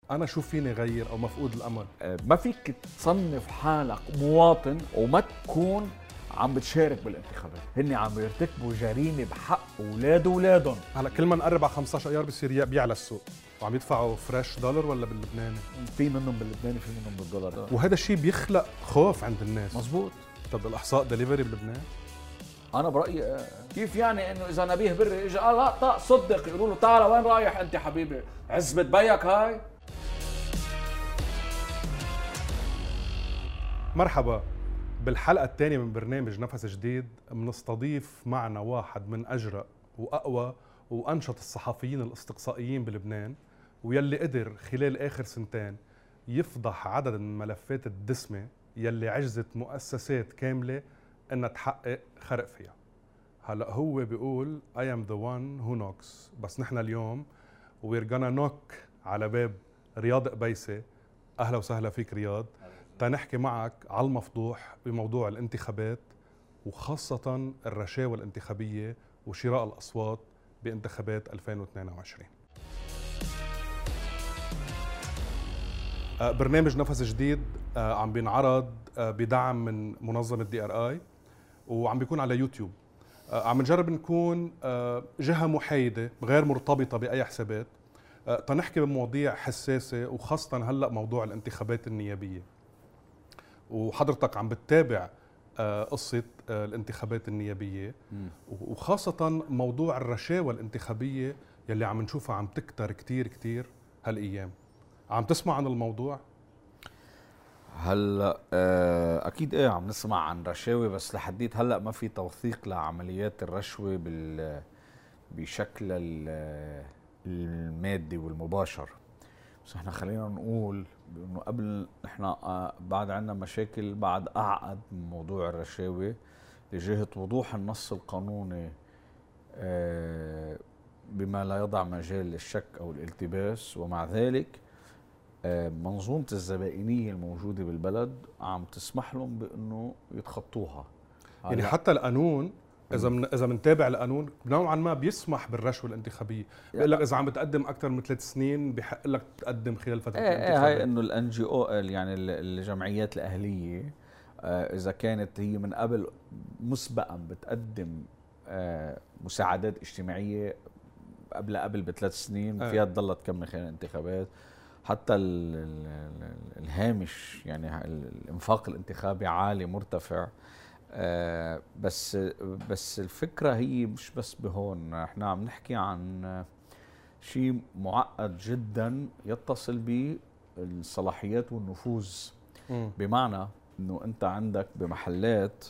انا شو فيني غير او مفقود الامل؟ ما فيك تصنف حالك مواطن وما تكون عم بتشارك بالانتخابات. هن عم يرتكبوا جريمه بحق اولاد واولادهم. هلا كل ما نقرب على 15 ايار بصير بيعلى السوق، وعم يدفعوا فريش دولار ولا باللبناني؟ في منهم باللبناني في منهم بالدولار. وهذا الشيء بيخلق خوف عند الناس. مزبوط. طب الاحصاء دليفري بلبنان؟ انا برايي كيف يعني انه اذا نبيه بري اجى قال لا طق صدق، يقولوا له تعال وين رايح انت حبيبي؟ عزبة بيك هاي. مرحبا. بالحلقة الثانية من برنامج نفس جديد بنستضيف معنا واحد من أجرأ وأقوى وأنشط الصحفيين الاستقصائيين بلبنان، ويلي قدر خلال آخر سنتين يفضح عدد من الملفات الدسمة يلي عجزت مؤسسات كاملة إنها تحقق خرق فيها. هلأ هو بيقول I am the one who knocks، بس نحن اليوم we're gonna knock على باب رياض قبيسة. أهلا وسهلا فيك رياض. تنحكي معك على المفضوح بموضوع الانتخابات، وخاصة الرشاوى الانتخابية وشراء الأصوات بانتخابات 2022. برنامج نفس جديد عم بينعرض بدعم من منظمة DRI، وعم بيكون على يوتيوب. عم نجرب نكون جهة محايدة غير مرتبطة بأي حسابات، تنحكي بمواضيع حساسة، وخاصة هلأ موضوع الانتخابات النيابية. وحضرتك عم بتتابع قصة الانتخابات النيابية، وخاصة موضوع الرشاوى الانتخابية يلي عم نشوفها عم تكتر كتير هالأيام. عم تسمع عن الموضوع؟ هلا اكيد ايه عم نسمع عن رشاوي، بس لحديت هلا ما في توثيق لعمليات الرشوة بشكل المادي والمباشر. بس احنا خلينا نقول انه قبل احنا بعد عندنا مشاكل بعد اعقد من موضوع الرشاوي لجهة وضوح النص القانوني بما لا يضع مجال للشك او الالتباس، ومع ذلك منظومة الزبائنية الموجودة بالبلد عم تسمح لهم بانه يتخطوها. يعني حتى القانون اذا بنتابع القانون نوعا ما بيسمح بالرشوه الانتخابيه، بيقول لك اذا عم بتقدم اكثر من 3 سنين بحق لك تقدم خلال فتره الانتخابات. هاي انه الان جي او يعني الجمعيات الاهليه اذا كانت هي من قبل مسبقا بتقدم مساعدات اجتماعيه قبل ب3 سنين فيها تضل تكمل خلال الانتخابات. حتى الهامش يعني الانفاق الانتخابي عالي مرتفع. بس الفكرة هي مش بس بهون، احنا عم نحكي عن شيء معقد جدا يتصل بالصلاحيات والنفوذ. بمعنى انه انت عندك بمحلات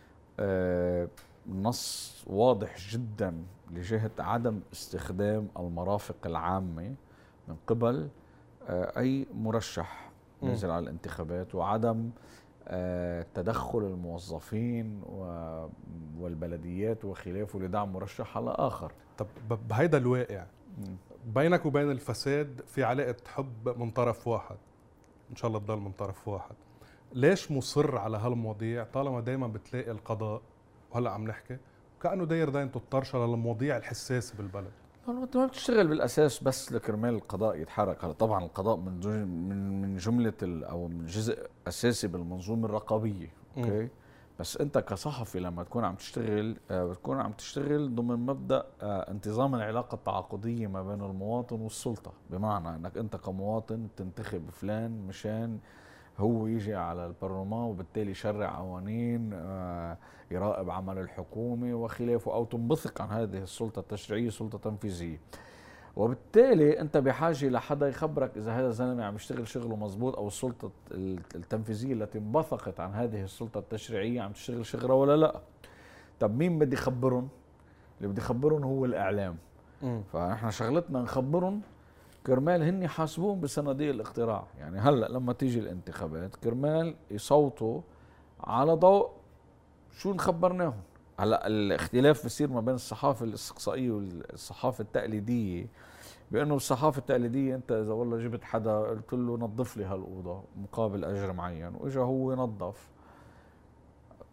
نص واضح جدا لجهة عدم استخدام المرافق العامة من قبل اي مرشح نزل على الانتخابات، وعدم تدخل الموظفين والبلديات وخلافه لدعم مرشح على آخر. طب بهيدا الواقع بينك وبين الفساد في علاقة حب من طرف واحد، إن شاء الله تضل من طرف واحد، ليش مصر على هالمواضيع طالما دايما بتلاقي القضاء وهلأ عم نحكي كأنه داير داينته الطرشة للمواضيع الحساسة بالبلد؟ انت ما بتشتغل بالاساس بس لكرمال القضاء يتحرك. هلا طبعا القضاء من جمله او من جزء اساسي بالمنظومه الرقابيه، اوكي. بس انت كصحفي لما تكون عم تشتغل بتكون عم تشتغل ضمن مبدا انتظام العلاقه التعاقديه ما بين المواطن والسلطه. بمعنى انك انت كمواطن تنتخب فلان مشان هو يجي على البرلمان وبالتالي يشرع قوانين يراقب عمل الحكومة وخلافه، أو تنبثق عن هذه السلطة التشريعية سلطة تنفيذية. وبالتالي أنت بحاجة لحدا يخبرك إذا هذا الزلمة عم يشتغل شغله مزبوط، أو السلطة التنفيذية التي انبثقت عن هذه السلطة التشريعية عم تشتغل شغلها ولا لا. طب مين بدي يخبرهم؟ اللي بدي يخبرهم هو الإعلام. فنحن شغلتنا نخبرهم كرمال هن يحاسبون بصناديق الاقتراع. يعني هلأ لما تيجي الانتخابات كرمال يصوتوا على ضوء شو نخبرناهم. هلأ الاختلاف بصير ما بين الصحافة الاستقصائية والصحافة التقليدية، بأنه الصحافة التقليدية أنت إذا والله جبت حدا قلت له نظف لي هالأوضة مقابل أجر معين وإجا هو نظف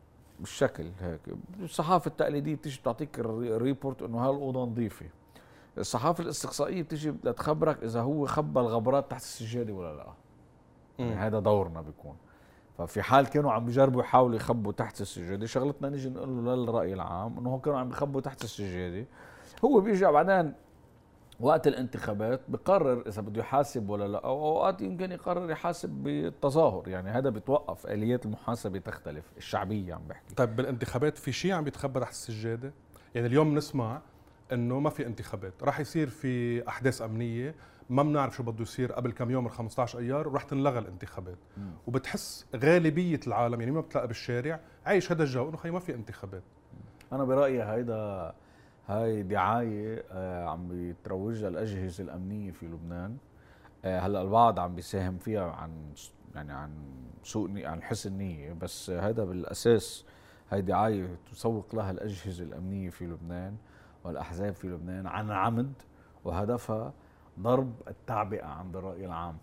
بالشكل هيك، الصحافة التقليدية بتيجي بتعطيك الريبورت إنه هالأوضة نظيفة. الصحافه الاستقصائيه بتيجي بدها تخبرك اذا هو خبى الغبرات تحت السجاده ولا لا. يعني هذا دورنا بيكون. ففي حال كانوا عم بيجربوا يحاولوا يخبوا تحت السجاده، شغلتنا نيجي نقول له للراي العام انه كانوا عم بيخبوا تحت السجاده. هو بيجي بعدين وقت الانتخابات بقرر اذا بده يحاسب ولا لا، او اوقات يمكن يقرر يحاسب بالتظاهر. يعني هذا بتوقف، اليات المحاسبه تختلف، الشعبيه عم بحكي. طيب بالانتخابات في شيء عم بيتخبى تحت السجاده؟ يعني اليوم نسمع انه ما في انتخابات، راح يصير في احداث امنيه، ما بنعرف شو بده يصير قبل كم يوم ال 15 ايار وراح تنلغى الانتخابات. وبتحس غالبيه العالم يعني ما بتلاقي بالشارع عايش هذا الجو انه خي ما في انتخابات. انا برايي هاي دعايه عم بيتروجها الاجهزه الامنيه في لبنان. هلا البعض عم بيساهم فيها عن عن حسن نيه، بس هذا بالاساس هاي دعايه تسوق لها الاجهزه الامنيه في لبنان والاحزاب في لبنان عن عمد، وهدفها ضرب التعبئه عند الراي العام.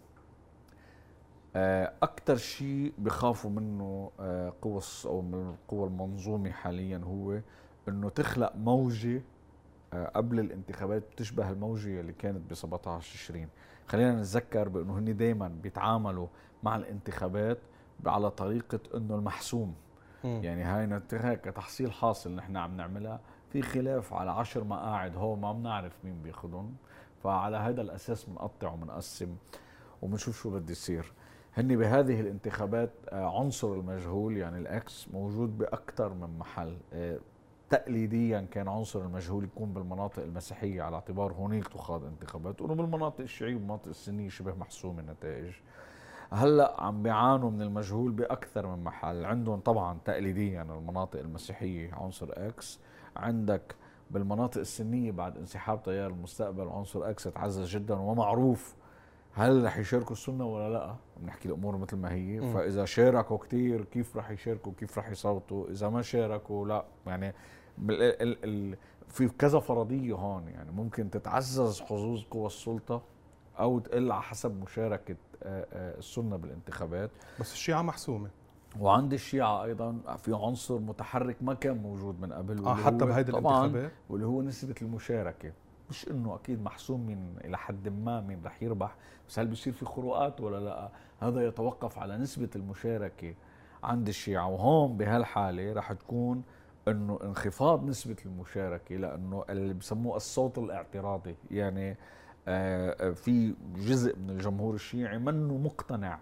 اكثر شيء بخافوا منه قوى او من القوى المنظومه حاليا هو انه تخلق موجه قبل الانتخابات بتشبه الموجه اللي كانت ب 17 تشرين. خلينا نتذكر بانه هن دائما بيتعاملوا مع الانتخابات على طريقه انه المحسوم. يعني هاي كتحصيل حاصل نحن عم نعملها في خلاف على 10 مقاعد هون ما بنعرف مين بياخذهم، فعلى هذا الاساس بنقطع وبنقسم وبنشوف شو بده يصير. هن بهذه الانتخابات عنصر المجهول يعني الاكس موجود باكثر من محل. تقليديا كان عنصر المجهول يكون بالمناطق المسيحيه على اعتبار هونيك تخاض انتخابات، وانه بالمناطق الشيعيه والمناطق السنيه شبه محسوم النتائج. هلا عم بيعانوا من المجهول باكثر من محل. عندهم طبعا تقليديا المناطق المسيحيه عنصر اكس، عندك بالمناطق السنيه بعد انسحاب تيار المستقبل عنصر اكس تعزز جدا ومعروف هل رح يشاركوا السنه ولا لا. بنحكي الامور مثل ما هي. فاذا شاركوا كثير كيف رح يشاركوا، كيف رح يصوتوا، اذا ما شاركوا لا. يعني في كذا فرضيه هون، يعني ممكن تتعزز حظوظ قوى السلطه او تقل على حسب مشاركه السنه بالانتخابات. بس الشيعة محسومه. وعند الشيعة أيضا في عنصر متحرك ما كان موجود من قبل حتى بهيدي الانتخابات، واللي هو نسبة المشاركة. مش إنه أكيد محسوم من إلى حد ما مين رح يربح، بس هل بيصير في خروقات ولا لا؟ هذا يتوقف على نسبة المشاركة عند الشيعة. وهون بهالحالة رح تكون إنه انخفاض نسبة المشاركة، لأنه اللي بسموه الصوت الاعتراضي. يعني في جزء من الجمهور الشيعي منه مقتنع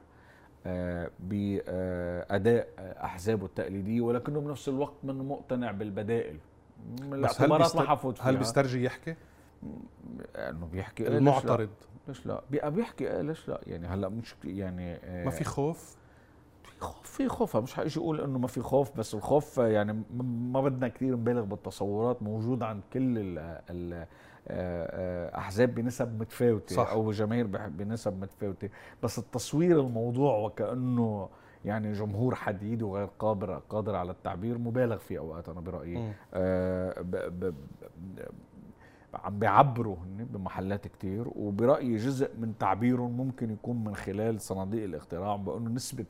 بأداء أحزابه التقليدية، ولكنه بنفس الوقت منه مقتنع بالبدائل. بس هل بيسترجي يحكي؟ انه بيحكي المعترض ليش لا بيحكي ليش لا. يعني هلا مش يعني ما في خوف. في خوف مش حقيقي اقول انه ما في خوف، بس الخوف يعني ما بدنا كثير نبالغ بالتصورات. موجود عند كل احزاب بنسب متفاوته، صح، او جماهير بنسب متفاوته. بس التصوير الموضوع وكانه يعني جمهور حديد وغير قادر على التعبير مبالغ فيه اوقات. انا برايي عم بيعبروا هن بمحلات كتير، وبرايي جزء من تعبيرهم ممكن يكون من خلال صناديق الاقتراع، بانه نسبه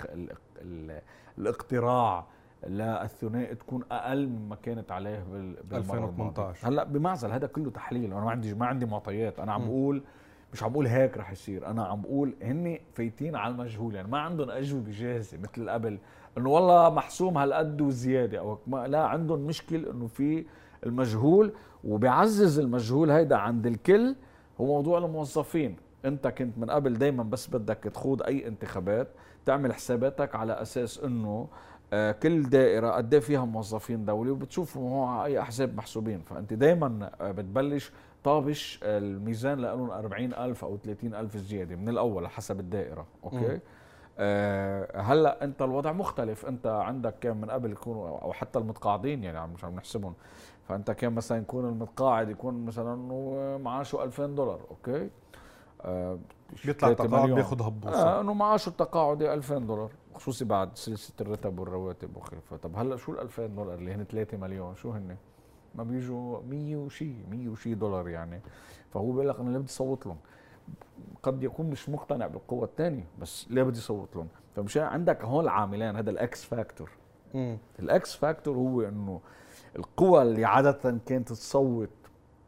الاقتراع للثنائي تكون اقل مما كانت عليه بال 2018. هلا بمعزل هذا كله تحليل، انا ما عندي معطيات. انا عم بقول مش عم بقول هيك رح يصير، انا عم بقول هن فايتين على المجهول. يعني ما عندهم اجوبه جاهزه مثل قبل انه والله محسوم هالقد وزياده او لا. عندهم مشكل انه في المجهول، وبيعزز المجهول هيدا عند الكل هو موضوع الموظفين. انت كنت من قبل دايما بس بدك تخوض اي انتخابات تعمل حساباتك على اساس انه كل دائرة قد ايه فيها موظفين دولي، وبتشوف هو اي احزاب محسوبين. فانت دايما بتبلش طابش الميزان لهم 40,000 او 30,000 زيادة من الاول حسب الدائرة. اوكي. هلا انت الوضع مختلف. انت عندك كان من قبل يكونوا او حتى المتقاعدين، يعني مش عم نحسبهم. فانت كان مثلا يكون المتقاعد يكون مثلا انه معاشه $2,000. اوكي. بيطلع تقاعد بياخذ هبوصه انه معاشه التقاعدي $2,000 خصوصي بعد سلسله الرتب والرواتب وخلافه. طب هلا شو $2,000 اللي هن 3 مليون شو هن؟ ما بيجوا 100 وشي دولار يعني. فهو بيقول لك انا ليه بدي صوت لهم؟ قد يكون مش مقتنع بالقوة الثانية، بس ليه بدي صوت لهم؟ فمش عندك هون العاملين. هذا الاكس فاكتور. الاكس فاكتور هو انه القوى اللي عادة كانت تصوت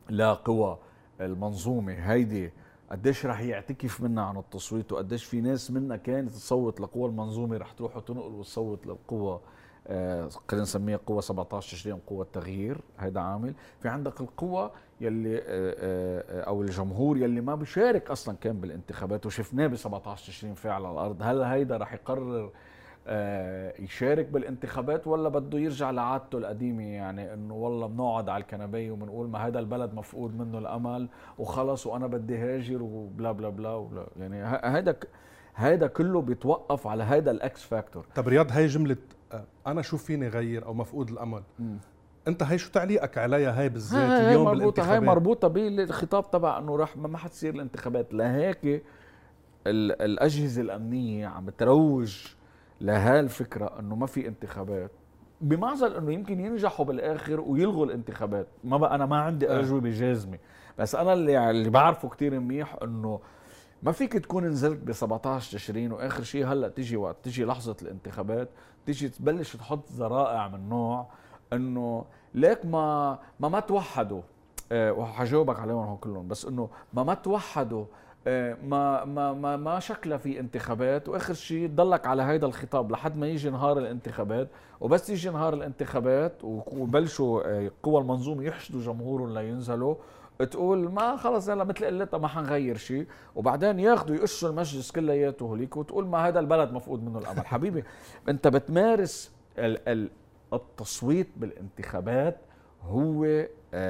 لقوى المنظومه هيدي قديش رح يعتكف منا عن التصويت، وقديش في ناس منا كانت تصوت لقوى المنظومه رح تروح وتنقل وتصوت للقوى خلينا نسميها قوة 17 تشرين، قوة التغيير. هيدا عامل. في عندك القوى يلي او الجمهور يلي ما بيشارك اصلا كان بالانتخابات، وشفناه ب 17 تشرين فعل على الارض. هل هيدا رح يقرر يشارك بالانتخابات ولا بده يرجع لعادته القديمه، يعني انه والله بنقعد على الكنبيه وبنقول ما هذا البلد مفقود منه الامل وخلص وانا بدي هاجر وبلا بلا بلا ولا. يعني هيدا كله بيتوقف على هيدا الاكس فاكتور. طب رياض، هاي جمله انا شو فيني غير او مفقود الامل، انت هي شو تعليقك عليها هاي بالذات اليوم مربوطة بالانتخابات؟ هاي مربوطه بالخطاب تبع انه راح ما حتصير الانتخابات. لهيك الاجهزه الامنيه عم تروج لهالفكره انه ما في انتخابات، بمعزل انه يمكن ينجحوا بالاخر ويلغوا الانتخابات. ما بقى انا ما عندي اجوبه جازمه، بس انا اللي بعرفه كتير منيح انه ما فيك تكون نزلت ب 17 تشرين واخر شيء هلا تيجي وقت تيجي لحظه الانتخابات تيجي تبلش تحط ذرائع من نوع انه ليك ما توحدوا. وحجاوبك عليهم هون كلهم، بس انه ما توحدوا، ما شكلها في انتخابات، واخر شيء تضلك على هيدا الخطاب لحد ما يجي نهار الانتخابات. وبس يجي نهار الانتخابات وبلشوا قوى المنظومه يحشدوا جمهورهم لينزلوا، تقول ما خلص يلا مثل قلتها ما حنغير شيء، وبعدين ياخذوا يقشوا المجلس كلياته هوليك وتقول ما هذا البلد مفقود منه الامل. حبيبي انت بتمارس التصويت بالانتخابات هو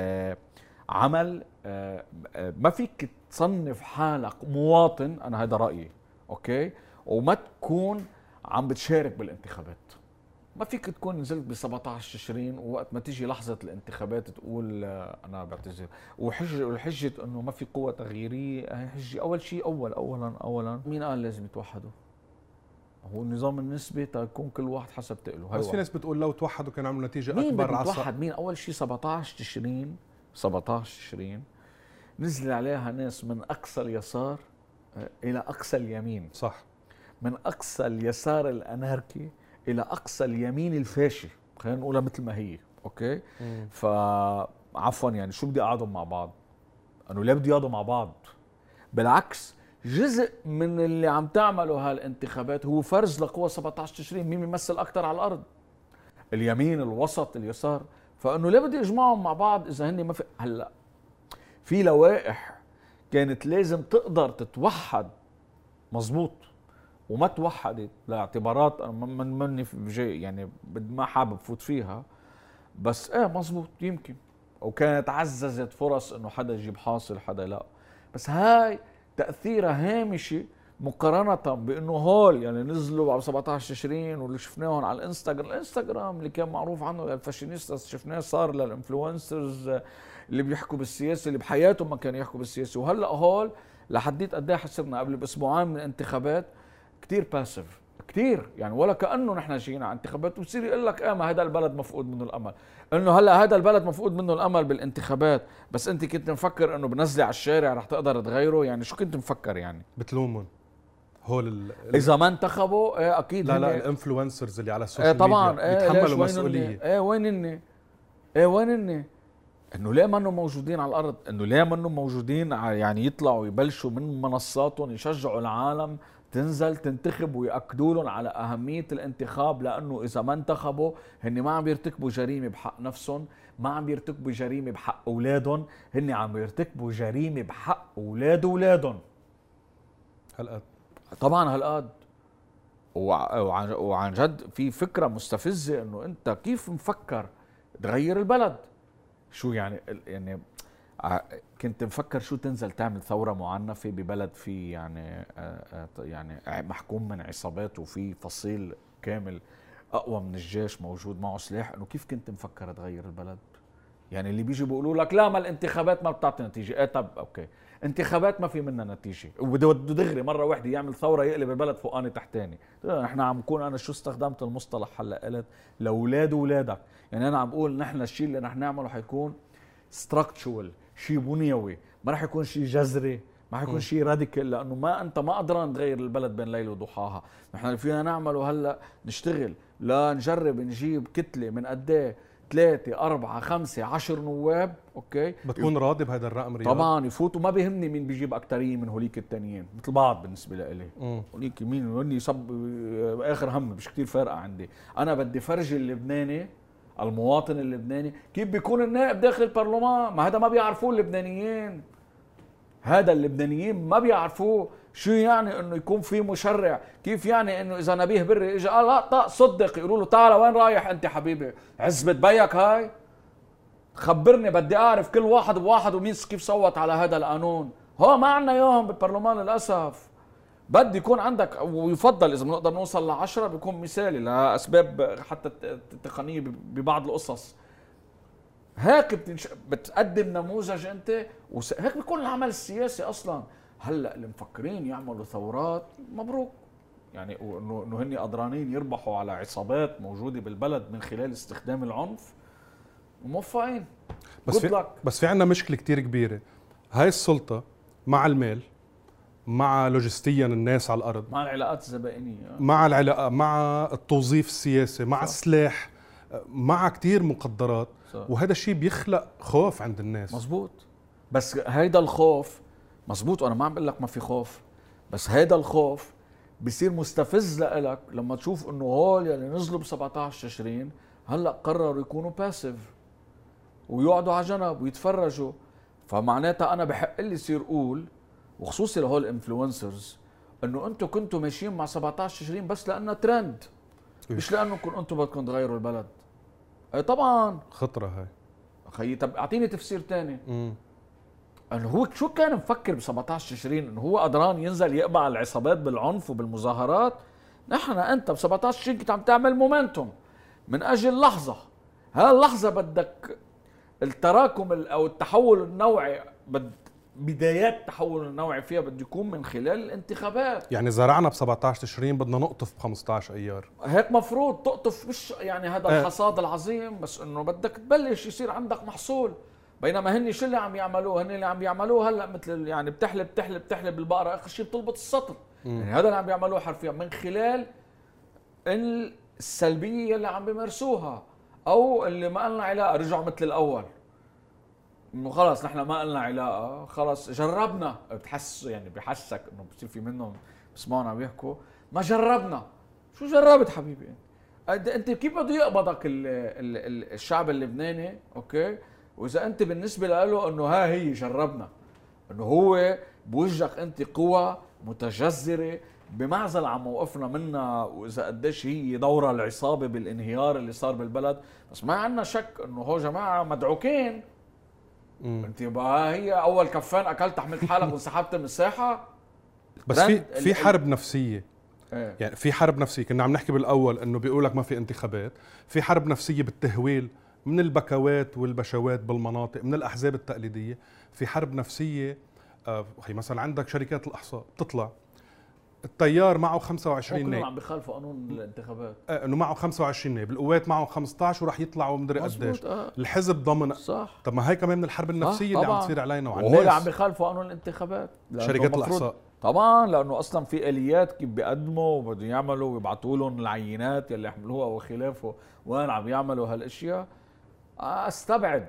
عمل ما فيك تصنف حالك مواطن، انا هذا رايي اوكي، وما تكون عم بتشارك بالانتخابات. ما فيك تكون نزلت ب 17 تشرين ووقت ما تيجي لحظه الانتخابات تقول انا بعتذر، وحجه انه ما في قوه تغييريه. هي حجه. اول شيء اولا مين قال لازم يتوحدوا؟ هو النظام النسبي تكون كل واحد حسب تقله. بس في ناس بتقول لو توحدوا كان عملوا نتيجه مين اكبر. بده يتوحد؟ مين؟ اول شيء 17 تشرين نزل عليها ناس من اقصى اليسار الى اقصى اليمين. صح. من اقصى اليسار الاناركي الى اقصى اليمين الفاشي، خلينا نقولها مثل ما هي اوكي. فعفوا يعني شو بدي اقعدهم مع بعض؟ انه ليه بدي يقعدوا مع بعض؟ بالعكس، جزء من اللي عم تعمله هالانتخابات هو فرز لقوى 17 تشرين. مين بيمثل اكثر على الارض؟ اليمين، الوسط، اليسار. فانه ليه بدي اجمعهم مع بعض اذا هن ما في؟ هلا في لوائح كانت لازم تقدر تتوحد مزبوط وما توحدت لاعتبارات مني يعني ما حابب فوت فيها، بس مزبوط يمكن، وكانت عززت فرص انه حدا يجيب حاصل حدا لا. بس هاي تاثيرها هامشي مقارنة بانه هول يعني نزلوا على 17 تشرين واللي شفناهم على الانستغرام اللي كان معروف عنه للفاشينيستاس شفناه صار للانفلونسرز اللي بيحكوا بالسياسة اللي بحياتهم ما كانوا يحكوا بالسياسة. وهلا هول لحديت قد ايه حسبنا قبل باسبوعين من الانتخابات كتير باسيف كتير، يعني ولا كانه نحن جينا على انتخابات وبصير يقول لك ما هذا البلد مفقود منه الامل. انه هلا هذا البلد مفقود منه الامل بالانتخابات، بس انت كنت مفكر انه بنزلي على الشارع رح تقدر تغيره؟ يعني شو كنت مفكر؟ يعني بتلومهم هول اذا ما انتخبوا اكيد لا الانفلونسرز اللي على السوشيال طبعا ميديا بيتحملوا مسؤوليه. وين هن؟ انه ليه ما انهم موجودين على الارض؟ انه ليه ما انهم موجودين يعني يطلعوا يبلشوا من منصاتهم يشجعوا العالم تنزل تنتخب ويأكدوا لهم على أهمية الانتخاب، لأنه إذا ما انتخبوا هن ما عم يرتكبوا جريمة بحق نفسهم، ما عم يرتكبوا جريمة بحق أولادهم، هن عم يرتكبوا جريمة بحق أولادهم. هالقد طبعا هالقد. وعن جد في فكرة مستفزة إنه أنت كيف مفكر تغير البلد؟ شو يعني كنت مفكر شو تنزل تعمل ثورة معنفة ببلد فيه يعني محكوم من عصابات وفي فصيل كامل أقوى من الجيش موجود معه سلاح؟ إنه كيف كنت مفكر تغير البلد؟ يعني اللي بيجي بيقولوا لك لا ما الانتخابات ما بتعطي نتيجة. طب أوكي انتخابات ما في منها نتيجة وبده دغري مرة واحدة يعمل ثورة يقلب البلد فوقاني تحتاني. نحن عم نكون أنا شو استخدمت المصطلح هلا قلت لأولاد ولادك. يعني أنا عم بقول نحن الشيء اللي رح نعمله حيكون structural، شيء بنيوي، ما رح يكون شيء جذري، ما رح يكون شيء راديكال، لانه ما انت ما قدران تغير البلد بين ليل وضحاها. نحن اللي فينا نعمله هلا نشتغل لا نجرب نجيب كتله من قد ايه 3 4 5 10 نواب، اوكي، بتكون راضي بهذا الرقم رياض؟ طبعا يفوتوا، ما بيهمني مين بيجيب اكتريه من هوليك التانيين، مثل بعض بالنسبه لإلي. هوليك مين هني صب اخر هم، مش كتير فارقه عندي. انا بدي فرجي اللبناني، المواطن اللبناني كيف بيكون النائب داخل البرلمان. ما هذا ما بيعرفوه اللبنانيين، هذا اللبنانيين ما بيعرفوه. شو يعني انه يكون في مشرع؟ كيف يعني انه اذا نبيه بري اجى قال لا صدق، يقولوا له تعال وين رايح انت حبيبي؟ عزبة بيك هاي؟ خبرني، بدي اعرف كل واحد بواحد ومين كيف صوت على هذا القانون. هو ما عندنا اياهم بالبرلمان للاسف. بدي يكون عندك، ويفضل اذا بنقدر نوصل ل10 بيكون مثالي لاسباب حتى التقنيه ببعض القصص. هيك بتقدم نموذج انت، وهيك بيكون العمل السياسي اصلا. هلا اللي مفكرين يعملوا ثورات مبروك، يعني انه هن قدرانين يربحوا على عصابات موجوده بالبلد من خلال استخدام العنف، موفقين. بس في عندنا مشكله كتير كبيره. هاي السلطه مع المال، مع لوجستيا الناس على الارض، مع العلاقات الزبائنيه، مع العلاقه، مع التوظيف السياسي، مع السلاح، مع كتير مقدرات. صح. وهذا الشيء بيخلق خوف عند الناس. مزبوط. بس هيدا الخوف مزبوط، وانا ما عم بقول لك ما في خوف، بس هيدا الخوف بصير مستفز لإلك لما تشوف انه هول يلي نزلوا ب 17 تشرين هلا قرروا يكونوا باسيف ويقعدوا على جنب ويتفرجوا. فمعناتها انا بحق لي صير اقول، وخصوصي لهول الانفلونسرز، انه انتم كنتوا ماشيين مع 17 تشرين بس لانه ترند، مش لانكم انتم بدكم تغيروا البلد. اي طبعا خطره هاي اخي. طب اعطيني تفسير ثاني. انه هو شو كان مفكر ب 17 تشرين؟ انه هو قدران ينزل يقبع العصابات بالعنف وبالمظاهرات؟ انت ب 17 تشرين كنت عم تعمل مومنتوم من اجل لحظه. هاللحظه بدك التراكم او التحول النوعي، بدايات التحول النوعي فيها بده يكون من خلال الانتخابات. يعني زرعنا ب 17 تشرين بدنا نقطف ب 15 ايار. هيك مفروض تقطف، مش يعني هذا الحصاد العظيم، بس انه بدك تبلش يصير عندك محصول. بينما هن شو اللي عم يعملوه؟ هن اللي عم يعملوه هلا مثل يعني بتحلب البقره، اخر شيء بتلبط السطر. يعني هذا اللي عم يعملوه حرفيا من خلال السلبيه اللي عم بيمارسوها، او اللي ما لنا علاقه رجعوا مثل الاول، انه خلص نحن ما لنا علاقه، خلص جربنا. بتحس يعني بحسك انه بصير في منهم بسمعنا عم يحكوا ما جربنا. شو جربت حبيبي انت كيف بده يقبضك الشعب اللبناني؟ اوكي، واذا انت بالنسبه له انه ها هي جربنا، انه هو بوجهك انت قوى متجذره بمعزل عن موقفنا منا، واذا قديش هي دورة العصابه بالانهيار اللي صار بالبلد. بس ما عندنا شك انه هو جماعه مدعوكين. انت بقى هي اول كفان اكلت حملت حالك وانسحبت من الساحه. بس في حرب نفسيه. يعني في حرب نفسيه. كنا عم نحكي بالاول انه بيقولك ما في انتخابات، في حرب نفسيه بالتهويل من البكوات والبشوات بالمناطق، من الاحزاب التقليديه. في حرب نفسيه. مثلا عندك شركات الاحصاء بتطلع التيار معه 25 نائب، كلهم عم بيخالفوا قانون الانتخابات، انه معه 25 نائب، القوات معه 15 وراح يطلعوا مدري قديش. الحزب ضمن. صح. طب ما هي كمان من الحرب النفسيه اللي عم تصير علينا وعلى الناس، وهو عم بيخالفوا قانون الانتخابات شركات الاحصاء. طبعا لانه اصلا في اليات كيف بيقدموا وبده يعملوا ويبعثوا لهم العينات يلي يحملوها وخلافه، وين عم يعملوا هالاشياء. استبعد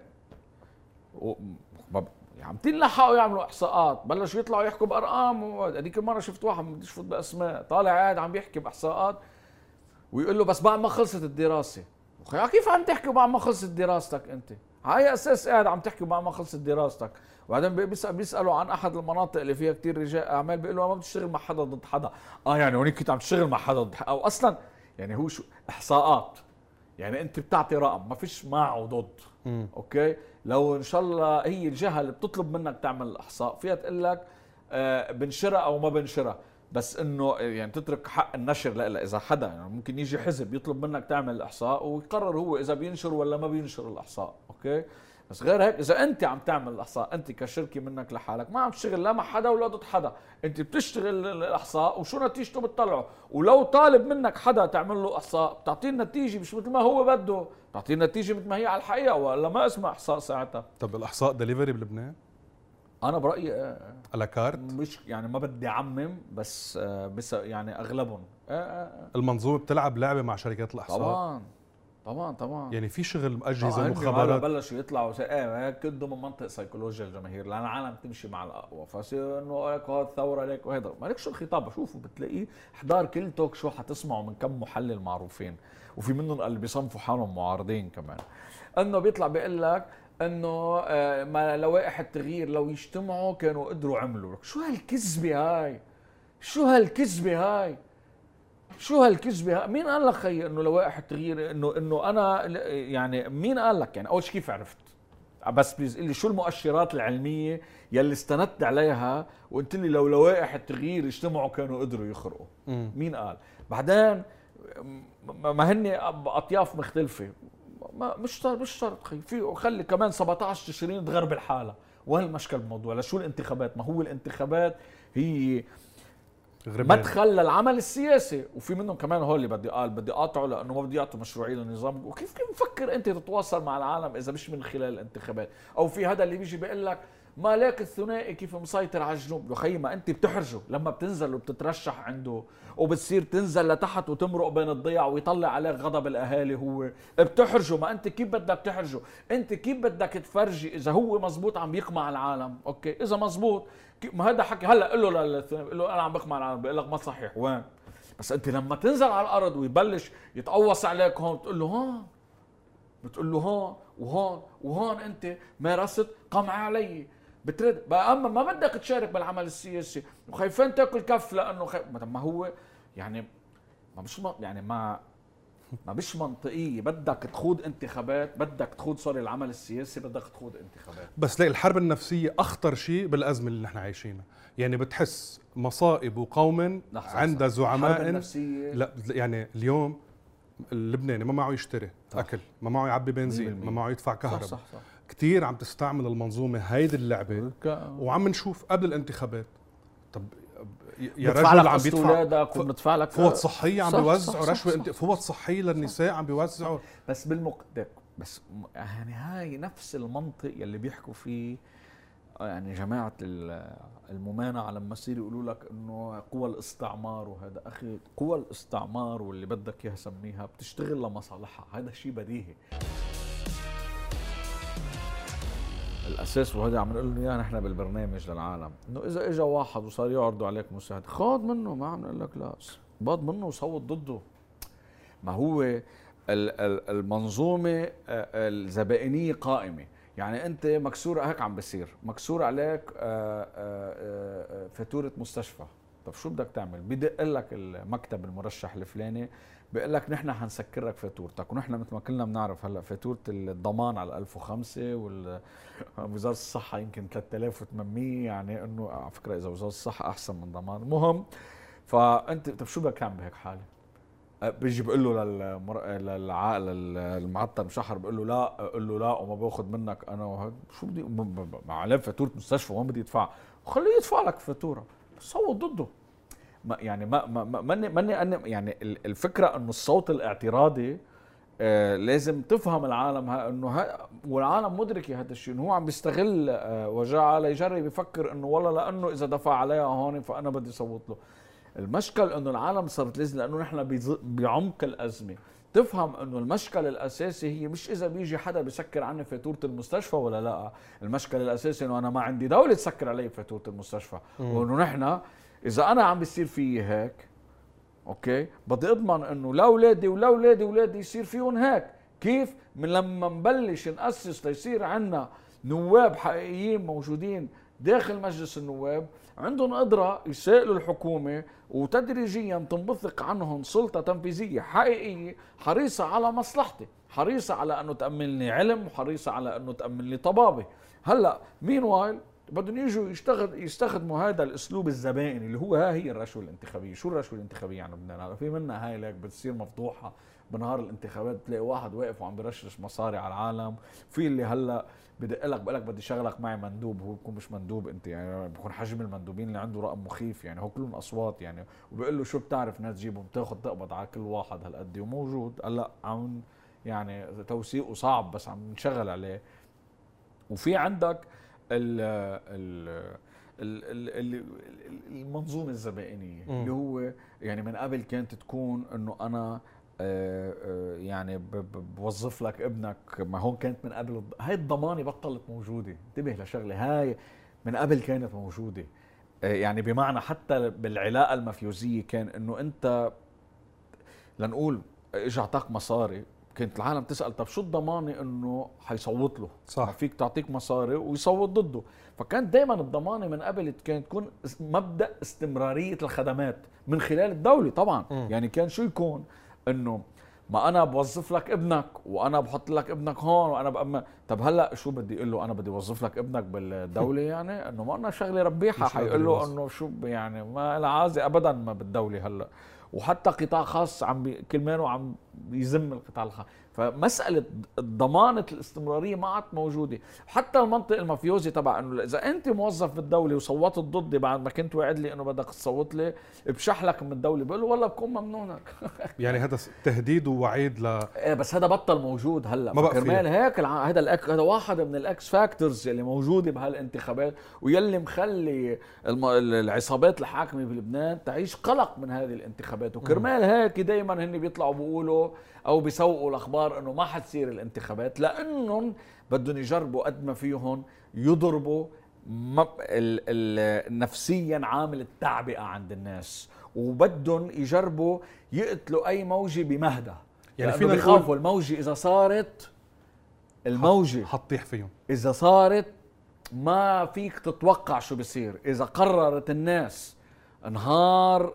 عم تنلحقوا يعملوا احصاءات، بلشوا يطلعوا يحكوا بارقام. هذيك المره شفت واحد ما بديش فوت باسماء طالع قاعد عم بيحكي باحصاءات ويقول له بس بعد ما خلصت الدراسه. اخي كيف عم تحكي بعد ما خلصت دراستك؟ انت هاي اساس قاعد عم تحكي بعد ما خلصت دراستك؟ وبعدين بيسالوا عن احد المناطق اللي فيها كتير رجال اعمال، بيقول له ما بتشتغل مع حدا ضد حدا. يعني هونيك كنت عم تشتغل مع حدا ضد حدا، او اصلا يعني هو شو احصاءات، يعني انت بتعطي رقم ما فيش مع وضد. اوكي، لو ان شاء الله هي الجهه اللي بتطلب منك تعمل الاحصاء فيها تقول لك بنشرها او ما بنشرها، بس انه يعني تترك حق النشر لا اذا حدا يعني ممكن يجي حزب يطلب منك تعمل الاحصاء ويقرر هو اذا بينشر ولا ما بينشر الاحصاء. اوكي، بس غير هيك اذا انت عم تعمل الاحصاء انت كشركه منك لحالك ما عم تشتغل لا مع حدا ولا ضد حدا، انت بتشتغل الاحصاء وشو نتيجته بتطلعه، ولو طالب منك حدا تعمل له احصاء بتعطيه النتيجه مش مثل ما هو بده، بتعطيه النتيجه مثل ما هي على الحقيقه، ولا ما اسمها احصاء ساعتها. طب الاحصاء دليفري بلبنان؟ انا برايي على كارت، مش يعني ما بدي اعمم بس يعني اغلبهم المنظومه بتلعب لعبه مع شركات الاحصاء. طبعا طبعا يعني في شغل اجهزه هلا مخابرات. بلشوا يطلعوا هيك كدوا من منطق سيكولوجيا الجماهير، لان العالم تمشي مع الاقوى، فصير انه لك هذا الثوره لك وهذا مالك شو الخطاب. بشوفوا بتلاقيه احضار كل توك شو حتسمعوا من كم محلل معروفين، وفي منهم اللي بيصنفوا حالهم معارضين كمان، انه بيطلع بيقول لك انه ما لوائح التغيير لو يجتمعوا كانوا قدروا عملوا. شو هالكذبه هاي؟ شو هالكذبه هاي؟ شو هالكذبه؟ مين قال لك خي انه لوائح التغيير انه انا يعني مين قال لك؟ يعني اول شيء كيف عرفت؟ بس بليز قل لي شو المؤشرات العلميه يلي استندت عليها وقلت لي لو لوائح التغيير اجتمعوا كانوا قدروا يخرقوا؟ مين قال؟ بعدين ما هن اطياف مختلفه، ما مش شرط خي، في خلي كمان 17 تشرين تغرب الحاله. وين المشكل بالموضوع؟ لشو الانتخابات؟ ما هو الانتخابات هي مدخل للعمل السياسي، وفي منهم كمان هول اللي بدي اقاطعه لانه ما بدي يعطوا مشروعيه للنظام. وكيف مفكر انت تتواصل مع العالم اذا مش من خلال الانتخابات؟ او في هذا اللي بيجي بيقول لك مالاك الثنائي كيف مسيطر على الجنوب. خيي ما انت بتحرجه لما بتنزل وبتترشح عنده وبتصير تنزل لتحت وتمرق بين الضيع ويطلع عليك غضب الاهالي، هو بتحرجه. ما انت كيف بدك تحرجه؟ انت كيف بدك تفرجي اذا هو مزبوط عم يقمع العالم؟ اوكي اذا مزبوط ما هذا حكي. هلا قل له قل له انا عم بقمع العالم، بقول لك ما صحيح. وين؟ بس انت لما تنزل على الارض ويبلش يتقوص عليك هون بتقول له ها، بتقول له هون وهون وهون انت مارست قمع علي. بترد بقى، اما ما بدك تشارك بالعمل السياسي وخايفين تاكل كف لانه ما هو يعني ما مش يعني ما مش منطقيه. بدك تخوض انتخابات، بدك تخوض سوري العمل السياسي، بدك تخوض انتخابات. بس لا، الحرب النفسيه اخطر شيء بالازمه اللي نحن عايشينها. يعني بتحس مصائب وقوم عند زعماء. لا يعني اليوم اللبناني ما معه يشتري اكل، ما معه يعبي بنزين، ما معه يدفع كهرباء. صح. كتير عم تستعمل المنظومه هيدي اللعبه. وعم نشوف قبل الانتخابات طب يا رجل عم بيدفع وبندفع لك فوط صحيه، عم بيوزعوا رشوه، فوط صحيه للنساء عم بيوزعوا. بس بس يعني هاي نفس المنطق يلي بيحكوا فيه يعني جماعه الممانعه لما يصير يقولوا لك انه قوى الاستعمار وهذا. اخي قوى الاستعمار واللي بدك اياها سميها بتشتغل لمصالحها، هذا شيء بديهي. الاساس وهذا عم نقول له اياه نحن بالبرنامج للعالم، انه اذا اجى واحد وصار يعرضوا عليك مساعده خاض منه، ما عم نقول لك لا، باض منه وصوت ضده. ما هو المنظومه الزبائنيه قائمه. يعني انت مكسوره هيك عم بصير مكسور عليك فاتوره مستشفى. طب شو بدك تعمل؟ بدق لك المكتب المرشح الفلاني بيقول لك نحن حنسكر لك فاتورتك. ونحن مثل ما كلنا بنعرف هلا فاتوره الضمان على 1005 ووزاره الصحه يمكن 3800. يعني انه على فكره اذا وزاره الصحه احسن من ضمان. المهم فانت طب شو بدك تعمل بهيك حاله؟ بيجي بقول له للمعطل مشحر بقول له لا، قول له لا وما باخذ منك انا وهذا. شو بدي مع عليه فاتوره مستشفى وما بدي يدفع، خليه يدفع لك فاتوره، صوت ضده. يعني ماني يعني الفكره انه الصوت الاعتراضي لازم تفهم العالم انه والعالم مدركه هذا الشيء، انه هو عم بيستغل وجعه ليجرب يفكر انه والله لانه اذا دفع عليها هون فانا بدي صوت له. المشكل انه العالم صارت لازم، لانه نحن بعمق الازمه تفهم انه المشكل الاساسي هي مش اذا بيجي حدا بيسكر عني فاتوره المستشفى ولا لا. المشكل الاساسي انه انا ما عندي دوله تسكر علي فاتوره المستشفى، وانه نحن اذا انا عم بيصير فيي هيك اوكي بدي اضمن انه لا اولادي ولا اولادي يصير فيهم هيك. كيف؟ من لما نبلش ناسس ليصير عندنا نواب حقيقيين موجودين داخل مجلس النواب عندهم قدرة يسائلوا الحكومة وتدريجيا تنبثق عنهم سلطة تنفيذية حقيقية حريصة على مصلحتي، حريصة على انه تأمن لي علم، وحريصة على انه تأمن لي طبابة. هلا مين وايل بدهم يجوا يستخدموا هذا الاسلوب الزبائني اللي هو هي الرشوه الانتخابيه. شو الرشوه الانتخابيه عندنا بلبنان؟ في منها هاي لك بتصير مفضوحه بنهار الانتخابات، بتلاقي واحد واقف وعم برشش مصاري على العالم. في اللي هلا بدق لك بقول لك بدي شغلك معي مندوب، هو بيكون مش مندوب انت، يعني بيكون حجم المندوبين اللي عنده رقم مخيف، يعني هو كلهم اصوات يعني، وبيقول له شو بتعرف ناس تجيبهم بتاخذ تقبض على كل واحد هالقد، وموجود هلا عم يعني توثيقه صعب بس عم نشغل عليه. وفي عندك المنظومه الزبائنيه اللي هو يعني من قبل كانت تكون انه انا يعني بوظف لك ابنك، ما هون كانت من قبل هاي الضمانه بطلت موجوده. انتبه لشغله، هاي من قبل كانت موجوده. يعني بمعنى حتى بالعلاقه المفيوزيه كان انه انت لنقول اجى اعطاك مصاري، كانت العالم تسال طب شو الضمانه انه حيصوت له؟ صح. ما فيك تعطيك مصاري ويصوت ضده. فكانت دائما الضمانه من قبل كانت تكون مبدا استمراريه الخدمات من خلال الدوله طبعا. يعني كان شو يكون انه ما انا بوظف لك ابنك وانا بحط لك ابنك هون وانا بأما. طب هلا شو بدي اقول له؟ انا بدي اوظف لك ابنك بالدوله؟ يعني انه ما انا شغله ربيحه. حيقول له انه شو يعني ما لها عازه ابدا ما بالدوله هلا. وحتى قطاع خاص كل عم بيذم القطاع الخاص. فمساله ضمانه الاستمراريه ما عاد موجوده. حتى المنطق المافيوزي تبع انه اذا انت موظف بالدوله وصوتت ضدي بعد ما كنت وعد لي انه بدك تصوت لي، بشحلك من الدوله. بقول له والله بكون ممنونك. يعني هذا تهديد ووعيد ايه بس هذا بطل موجود هلا. ما بقى كرمال هيك هذا واحد من الاكس فاكتورز اللي موجوده بهالانتخابات، ويلي مخلي العصابات الحاكمه بلبنان تعيش قلق من هذه الانتخابات. وكرمال هيك دائما هن بيطلعوا بيقولوا او بيسوقوا الاخبار انه ما حتصير الانتخابات، لانهم بدهم يجربوا قد ما فيهم يضربوا نفسيا عامل التعبئه عند الناس، وبدهم يجربوا يقتلوا اي موجه بمهدى. يعني فينا يخافوا الموجه اذا صارت، الموجه حتطيح فيهم. اذا صارت ما فيك تتوقع شو بصير. اذا قررت الناس نهار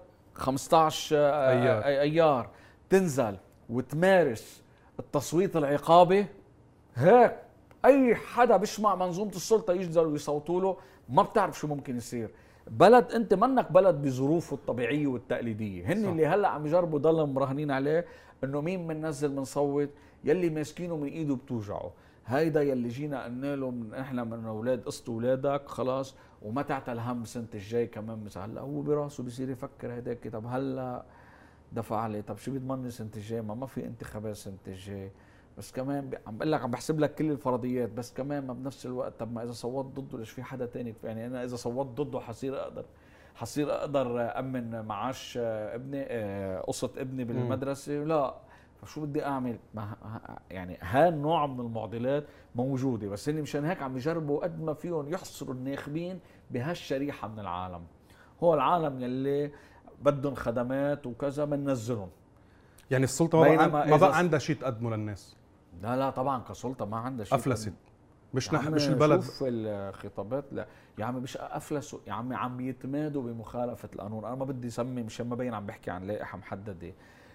15 ايار تنزل وتمارس التصويت العقابي، هيك اي حدا بيسمع منظومه السلطه يجدروا ويصوتوا له. ما بتعرف شو ممكن يصير. بلد انت منك بلد بظروفه الطبيعيه والتقليديه. هن صح. اللي هلا عم يجربوا ضلهم مراهنين عليه انه مين بننزل بنصوت، يلي ماسكينه من ايده بتوجعه. هيدا يلي جينا قلنا له احنا من اولاد قسط اولادك خلاص وما تعتل هم السنه الجاي كمان. مثل هلا هو براسه بصير يفكر هداك، طب هلا دفع عليه، طب شو بيضمنني السنه الجاي؟ ما في انتخابات السنه الجاي. بس كمان عم بقول لك عم بحسب لك كل الفرضيات، بس كمان ما بنفس الوقت طب ما اذا صوت ضده ليش في حدا تاني؟ يعني انا اذا صوت ضده حصير اقدر امن معاش ابني، قسط ابني بالمدرسه؟ لا. فشو بدي اعمل؟ يعني هالنوع من المعضلات موجوده. بس اللي مشان هيك عم يجربوا قد ما فيهم يحصروا الناخبين بهالشريحه من العالم. هو العالم يلي بدهم خدمات وكذا بننزلهم. يعني السلطه ما بقى عندها شيء تقدمه للناس. لا طبعا كسلطه ما عندها شيء. افلست. مش البلد. شوف الخطابات. لا يا عمي مش افلسوا يا عمي، عم يتمادوا بمخالفه القانون. انا ما بدي اسمي مشان ما بين عم بحكي عن لائحه محدده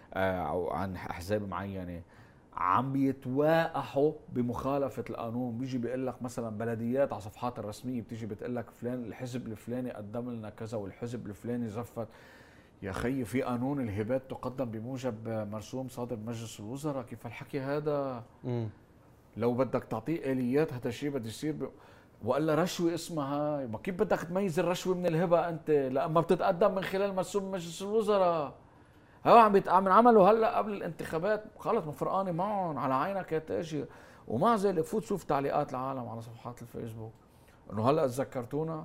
او عن احزاب معينه. عم يتواقحوا بمخالفه القانون. بيجي بيقول لك مثلا بلديات على صفحات الرسميه بتيجي بتقول لك فلان الحزب الفلاني قدم لنا كذا والحزب الفلاني زفت. يا خيي في قانون الهبات تقدم بموجب مرسوم صادر مجلس الوزراء. كيف الحكي هذا؟ لو بدك تعطيه اليات هذا الشيء بده يصير وقال رشوه اسمها. ما كيف بدك تميز الرشوه من الهبه انت؟ لما بتتقدم من خلال مرسوم مجلس الوزراء. هو عم عملوا هلا قبل الانتخابات خلص مفرقانه معهم على عينك يا تاجر. ومع ذلك فوت شوف تعليقات العالم على صفحات الفيسبوك انه هلا تذكرتونا.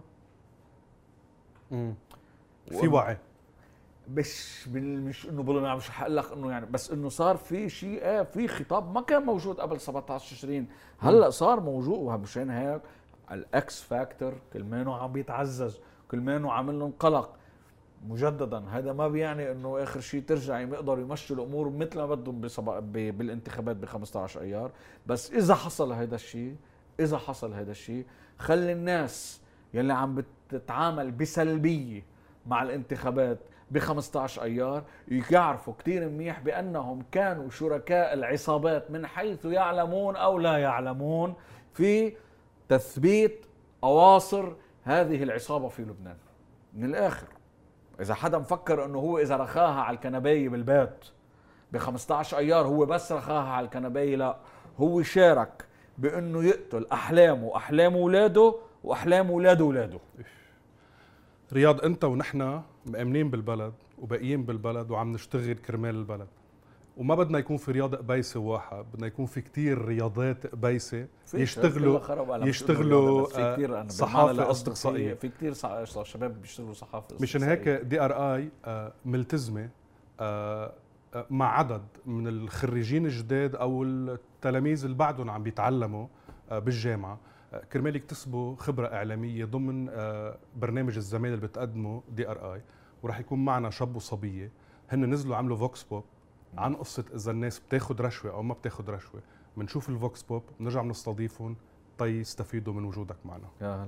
في وعي. مش انه بقولوا مش هقول لك انه يعني، بس انه صار في شيء في خطاب ما كان موجود قبل 17 تشرين. هلا صار موجود. ومشان هيك الاكس فاكتور كل ما عم بيتعزز، كل ما عامل لهم قلق مجددا. هذا ما بيعني انه اخر شيء ترجع يقدروا يمشوا الامور مثل ما بدهم بالانتخابات ب 15 ايار. بس اذا حصل هذا الشيء خلي الناس يلي عم بتتعامل بسلبيه مع الانتخابات ب 15 ايار يعرفوا كثير منيح بانهم كانوا شركاء العصابات من حيث يعلمون او لا يعلمون في تثبيت اواصر هذه العصابه في لبنان. من الاخر اذا حدا مفكر انه هو اذا رخاها على الكنبايه بالبيت ب 15 ايار هو بس رخاها على الكنبايه، لا، هو شارك بانه يقتل احلام اولاده واحلام اولاده. رياض، انت ونحن مأمنين بالبلد وباقيين بالبلد وعم نشتغل كرمال البلد، وما بدنا يكون في رياضة قبيسة واحد، بدنا يكون في كتير رياضات قبيسة يشتغلوا صحافة استقصائية. في كتير شباب بيشتغلوا صحافة مشان هيك DRI ملتزمة مع عدد من الخريجين الجداد او التلاميذ اللي بعدهم عم بيتعلموا بالجامعه كرمال يكتسبوا خبره اعلاميه ضمن برنامج الزمالة اللي بتقدمه DRI. وراح يكون معنا شاب وصبيه هن نزلوا عملوا فوكس بوب عن قصه اذا الناس بتاخذ رشوه او ما بتاخذ رشوه. بنشوف الفوكس بوب بنرجع بنستضيفهم يستفيدوا من وجودك معنا. يا هلا.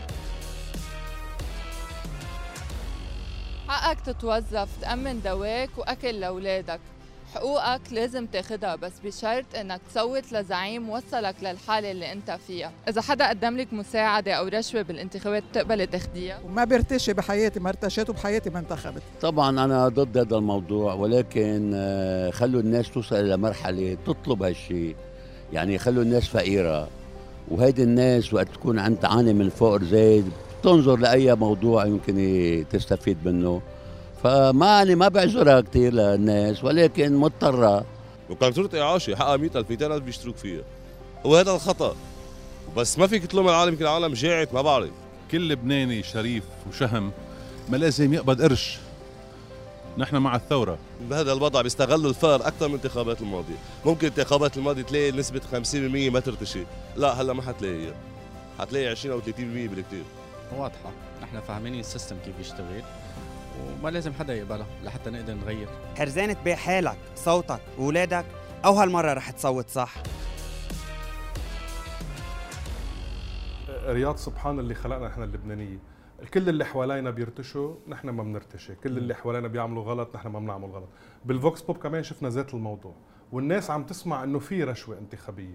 حقك تتوظف تأمن دواك وأكل لأولادك، حقوقك لازم تاخدها بس بشرط انك تصوت لزعيم وصلك للحالة اللي انت فيها. اذا حدا قدم لك مساعدة او رشوة بالانتخابات بتقبلي تاخديها؟ وما برتشي بحياتي، ما ارتشيت وبحياتي ما انتخبت. طبعا انا ضد هذا الموضوع، ولكن خلوا الناس توصل الى مرحلة تطلب هالشيء، يعني خلوا الناس فقيرة، وهيدي الناس وقت تكون عم تعاني من فقر زايد تنظر لأي موضوع يمكن تستفيد منه. فما يعني ما بعذرها كثير للناس، ولكن مضطرة. وكان صورة إعاشة حقها 100,000 200,000 بيشتروك فيها، وهذا الخطأ. بس ما فيك تلوم العالم، يمكن العالم جاعت ما بعرف. كل لبناني شريف وشهم ما لازم يقبض قرش. نحن مع الثورة. بهذا الوضع بيستغلوا الفقر أكثر من الانتخابات الماضية. ممكن الانتخابات الماضية تلاقي نسبة 50% ما ترتشي، لا هلا ما حتلاقيها، حتلاقي 20 أو 30% بالكثير. واضحة، نحن فاهمين السيستم كيف يشتغل وما لازم حدا يقبلها لحتى نقدر نغير. حرزان تبيع حالك، صوتك، وولادك، أو هالمرة رح تصوت صح. رياض سبحان اللي خلقنا نحن اللبنانية، كل اللي حوالينا بيرتشوا نحن ما بنرتشي، كل اللي حوالينا بيعملوا غلط نحن ما بنعمل غلط. بالفوكس بوب كمان شفنا ذات الموضوع، والناس عم تسمع انه في رشوة انتخابية.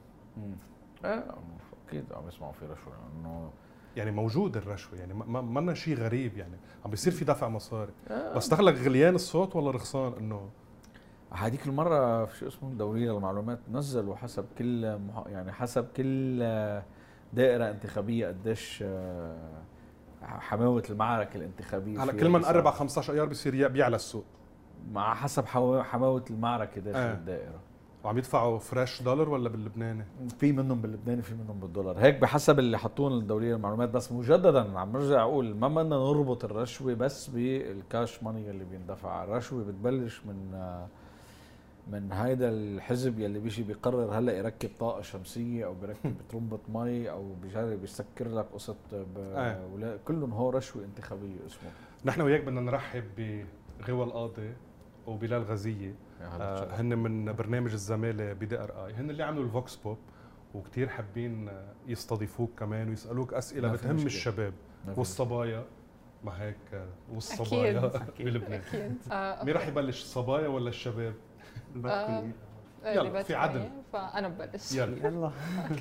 اكيد عم يسمعوا في رشوة، انه يعني موجود الرشوة، يعني ما شيء غريب، يعني عم بيصير في دفع مصاري. بس دخلك غليان الصوت ولا رخصان؟ انه هذيك المرة في شيء اسمه دورية للمعلومات نزلوا حسب كل يعني حسب كل دائرة انتخابية قديش حماوة المعركة الانتخابية. هلا كل ما نقرب على 15 ايار بيصير بيعلى السوق مع حسب حماوة المعركة داخل الدائرة. وعم يدفعوا فريش دولار ولا باللبناني؟ في منهم باللبناني في منهم بالدولار، هيك بحسب اللي حطوه الدورية للمعلومات. بس مجددا عم برجع اقول ما بدنا نربط الرشوة بس بالكاش ماني اللي بيندفع. الرشوة بتبلش من هيدا الحزب يلي بيجي بيقرر هلا يركب طاقة شمسية او بيركب ترمبة مي او بيجرب يسكر لك قصة كلهم هو رشوة انتخابية اسمه. نحن وياك بدنا نرحب بغوى القاضي وبلال غزية، هن من برنامج الزمالة DRI، هن اللي عملوا الفوكس بوب، وكتير حابين يستضيفوك كمان ويسألوك أسئلة بتهم الشباب والصبايا. ما هيك والصبايا بلبنان. مين راح يبلش، الصبايا ولا الشباب؟ يلا في عدل، فأنا ببلش. يلا.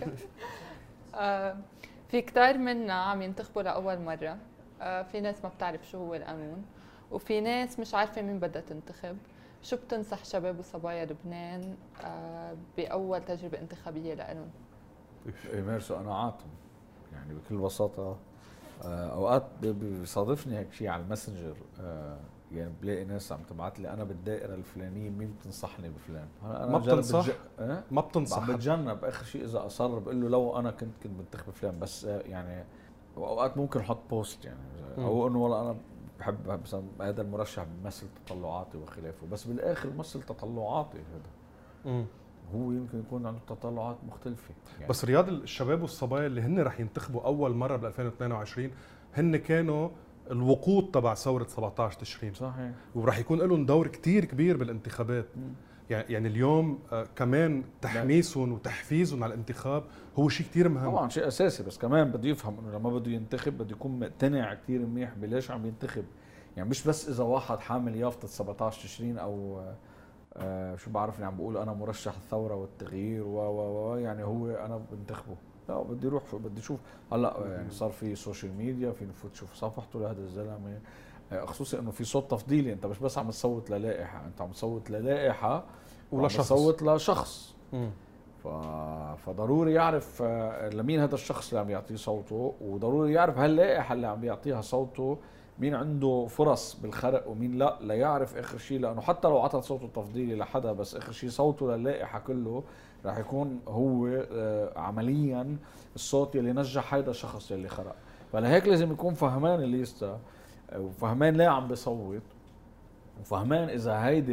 في كتار منا عم ينتخبوا لأول مرة، في ناس ما بتعرف شو هو القانون، وفي ناس مش عارفة مين بدها تنتخب. شو بتنصح شباب وصبايا لبنان بأول تجربة انتخابية لهم؟ يمارسوا قناعاتهم، يعني بكل بساطة. أوقات بيصادفني هيك شيء على الماسنجر، يعني بلاقي ناس عم تبعت لي أنا بالدائرة الفلانية مين بتنصحني بفلان. ما بتنصح؟ ما بتنصح؟ بتجنب آخر شيء إذا أصر بقول له لو أنا كنت بنتخب فلان. بس يعني وأوقات ممكن أحط بوست يعني أو إنه والله أنا بحب مثلا هذا المرشح بيمثل تطلعاتي وخلافه، بس بالاخر بيمثل تطلعاتي. هذا هو يمكن يكون عنده تطلعات مختلفه يعني. بس رياض الشباب والصبايا اللي هن رح ينتخبوا اول مره بال 2022 هن كانوا الوقود تبع ثوره 17 تشرين. صحيح. ورح يكون لهم دور كتير كبير بالانتخابات. يعني اليوم كمان تحميسهم وتحفيزهم على الانتخاب هو شيء كتير مهم. طبعا شيء اساسي، بس كمان بده يفهم انه لما بده ينتخب بده يكون مقتنع كتير منيح بليش عم ينتخب. يعني مش بس اذا واحد حامل يافطه 17 تشرين او شو بعرفني عم بقول انا مرشح الثوره والتغيير يعني هو انا بنتخبه. لا، بدي يروح بدي اشوف. هلا يعني صار في سوشيال ميديا، في نفوت تشوف صفحته لهذا الزلمه، خصوصي انه في صوت تفضيلي. انت مش بس عم تصوت للائحه، انت عم تصوت للائحه ولا تصوت لشخص. فضروري يعرف لمين هذا الشخص اللي عم يعطيه صوته، وضروري يعرف هاللائحه اللي عم بيعطيها صوته مين عنده فرص بالخرق ومين لا، ليعرف اخر شيء. لانه حتى لو عطى صوته التفضيلي لحدا، بس اخر شيء صوته للائحه كله راح يكون هو عمليا الصوت يلي نجح هيدا الشخص يلي خرق. فلهيك لازم يكون فهمان الليستا، وفهمان ليه عم بيصوت، وفهمان اذا هيدي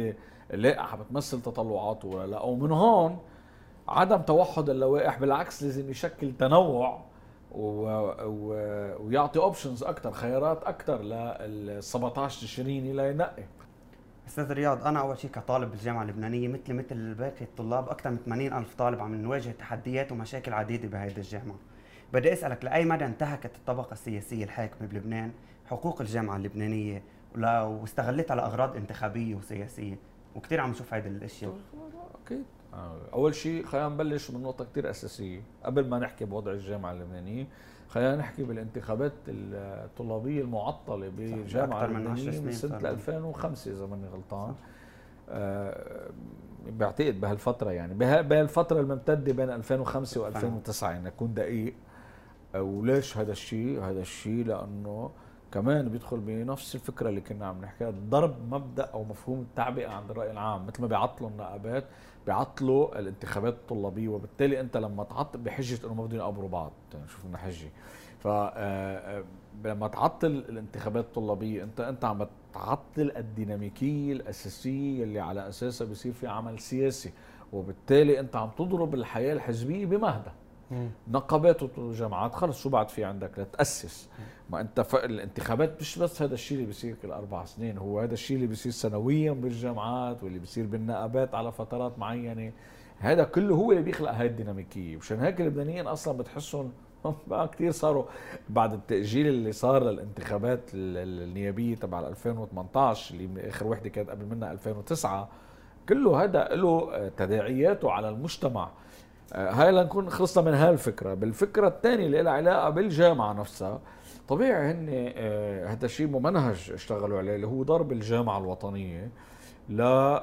اللائحه بتمثل تطلعاته ولا لا. ومن هون عدم توحد اللوائح بالعكس لازم يشكل تنوع ويعطي اوبشنز اكثر، خيارات اكثر لل 17 تشريني لينقي. استاذ رياض، انا اول شيء كطالب بالجامعه اللبنانيه مثل باقي الطلاب اكثر من 80,000 طالب عم نواجه تحديات ومشاكل عديده بهيدي الجامعه. بدي اسالك لاي مدى انتهكت الطبقه السياسيه الحاكمه بلبنان حقوق الجامعه اللبنانيه واستغلتها لاغراض انتخابيه وسياسيه؟ وكثير عم نشوف هيدي الاشياء. اكيد. اول شيء خلينا نبلش من نقطه كثير اساسيه قبل ما نحكي بوضع الجامعه اللبنانيه. خلينا نحكي بالانتخابات الطلابيه المعطله بالجامعه اللبنانيه من سنه 2005 اذا ماني غلطان. بعتقد بهالفتره، يعني بهالفتره الممتده بين 2005 و2009 يعني نكون دقيق. وليش هذا الشيء؟ هذا الشيء لانه كمان بيدخل بنفس الفكره اللي كنا عم نحكيها، ضرب مبدا او مفهوم التعبئه عند الراي العام. مثل ما بيعطلوا النقابات بيعطلوا الانتخابات الطلابيه، وبالتالي انت لما تعطل بحجه انه ما بدهم يقابلوا بعض، شوف لنا حجه. فلما تعطل الانتخابات الطلابيه انت عم تعطل الديناميكيه الاساسيه اللي على اساسها بيصير في عمل سياسي، وبالتالي انت عم تضرب الحياه الحزبيه بمهدها. نقابات وجامعات خلص شو بعد في عندك لتأسس؟ ما انت الانتخابات مش بس هذا الشيء اللي بيصير كل 4 سنين، هو هذا الشيء اللي بيصير سنويا بالجامعات واللي بيصير بالنقابات على فترات معينه. هذا كله هو اللي بيخلق هاي الديناميكيه. مشان هيك اللبنانيين اصلا بتحسهم بقى كثير صاروا بعد التأجيل اللي صار للانتخابات النيابيه تبع 2018 اللي اخر وحده كانت قبل منها 2009. كله هذا له تداعياته على المجتمع. هاي لنكون خلصنا من هالفكره. بالفكره الثانيه اللي لها علاقه بالجامعه نفسها، طبيعي هن هذا الشيء ممنهج اشتغلوا عليه اللي هو ضرب الجامعه الوطنيه لا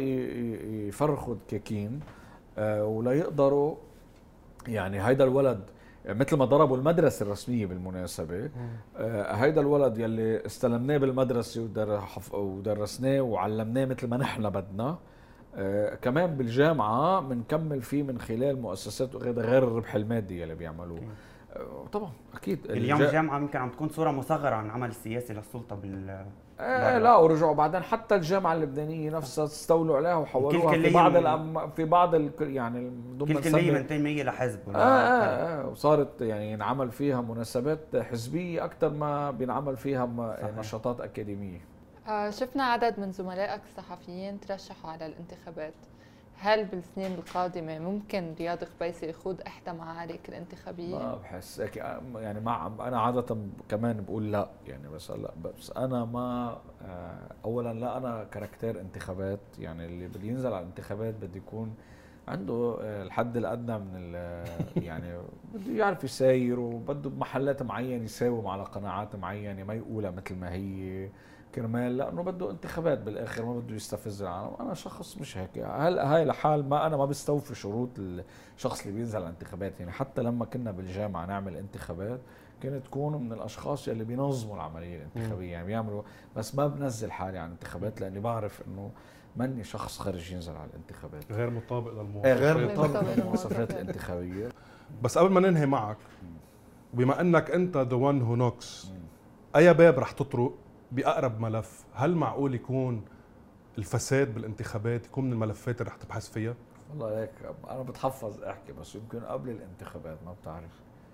يفرخوا الكاكين ولا يقدروا. يعني هيدا الولد مثل ما ضربوا المدرسه الرسميه بالمناسبه، هيدا الولد يلي استلمناه بالمدرسه ودرسناه وعلمناه مثل ما نحن بدنا، كمان بالجامعه بنكمل فيه من خلال مؤسسات غير الربح المادي اللي بيعملوه. طبعا اكيد اليوم الجامعه يمكن عم تكون صوره مصغره عن العمل السياسي للسلطه لا، ورجعوا بعدين حتى الجامعه اللبنانيه نفسها استولوا عليها وحولوها في بعض يعني ضمن كل كليه منتميه لحزب وصارت يعني ينعمل فيها مناسبات حزبيه اكثر ما بينعمل فيها نشاطات اكاديميه. شفنا عدد من زملائك الصحفيين ترشحوا على الانتخابات. هل بالسنين القادمة ممكن رياض قبيسي يخوض إحدى معارك الانتخابية؟ ما بحس يعني أنا عادة كمان بقول لا، يعني بس أنا ما أولا لا أنا كاركتير انتخابات، يعني اللي بده ينزل على الانتخابات بده يكون عنده الحد الأدنى من يعني بده يعرف يساير، وبده بمحلات معينة يساوم على قناعات معينة ما يقولها مثل ما هي كرمال، لانه بده انتخابات بالاخر ما بده يستفز العالم. انا شخص مش هيك. هاي لحال ما انا ما بستوفي شروط الشخص اللي بينزل على الانتخابات. يعني حتى لما كنا بالجامعه نعمل انتخابات كانت تكون من الاشخاص اللي بينظموا العمليه الانتخابيه، يعني بيعملوا، بس ما بنزل حالي على الانتخابات لاني بعرف انه ماني شخص خارج ينزل على الانتخابات، غير مطابق للمواصفات، غير مطابق للمواصفات الانتخابيه. بس قبل ما ننهي معك، وبما انك انت ذا وان هو نوكس، اي باب رح تطرق بأقرب ملف؟ هل معقول يكون الفساد بالانتخابات يكون من الملفات اللي رح تبحث فيها؟ والله هيك أنا بتحفظ أحكي، بس يمكن قبل الانتخابات ما بتعرف.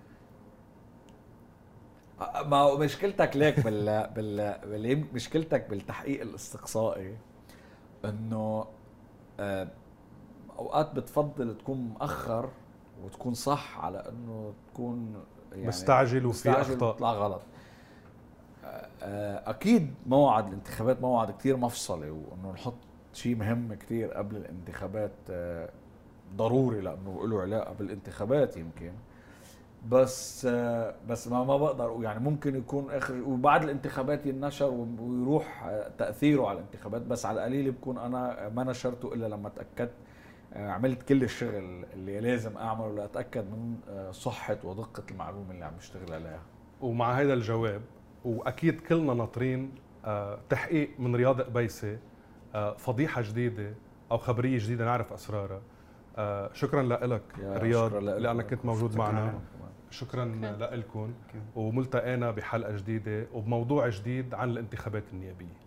ما مشكلتك ليك مشكلتك بالتحقيق الاستقصائي إنه أوقات بتفضل تكون مؤخر وتكون صح على إنه تكون يعني مستعجل وفي أخطاء تطلع غلط. اكيد موعد الانتخابات موعد كتير مفصلي، وانه نحط شيء مهم كتير قبل الانتخابات ضروري لانه له علاقه بالانتخابات يمكن. بس ما بقدر يعني ممكن يكون اخر وبعد الانتخابات ينشر ويروح تاثيره على الانتخابات، بس على القليل بكون انا ما نشرته الا لما تاكدت عملت كل الشغل اللي لازم اعمله لاتاكد من صحه ودقه المعلومه اللي عم بشتغل عليها. ومع هذا الجواب، واكيد كلنا ناطرين تحقيق من رياض قبيسي، فضيحه جديده او خبريه جديده نعرف اسرارها. شكرا لك رياض لانك كنت موجود معنا. شكرا لكم، وملتقينا بحلقه جديده وبموضوع جديد عن الانتخابات النيابيه.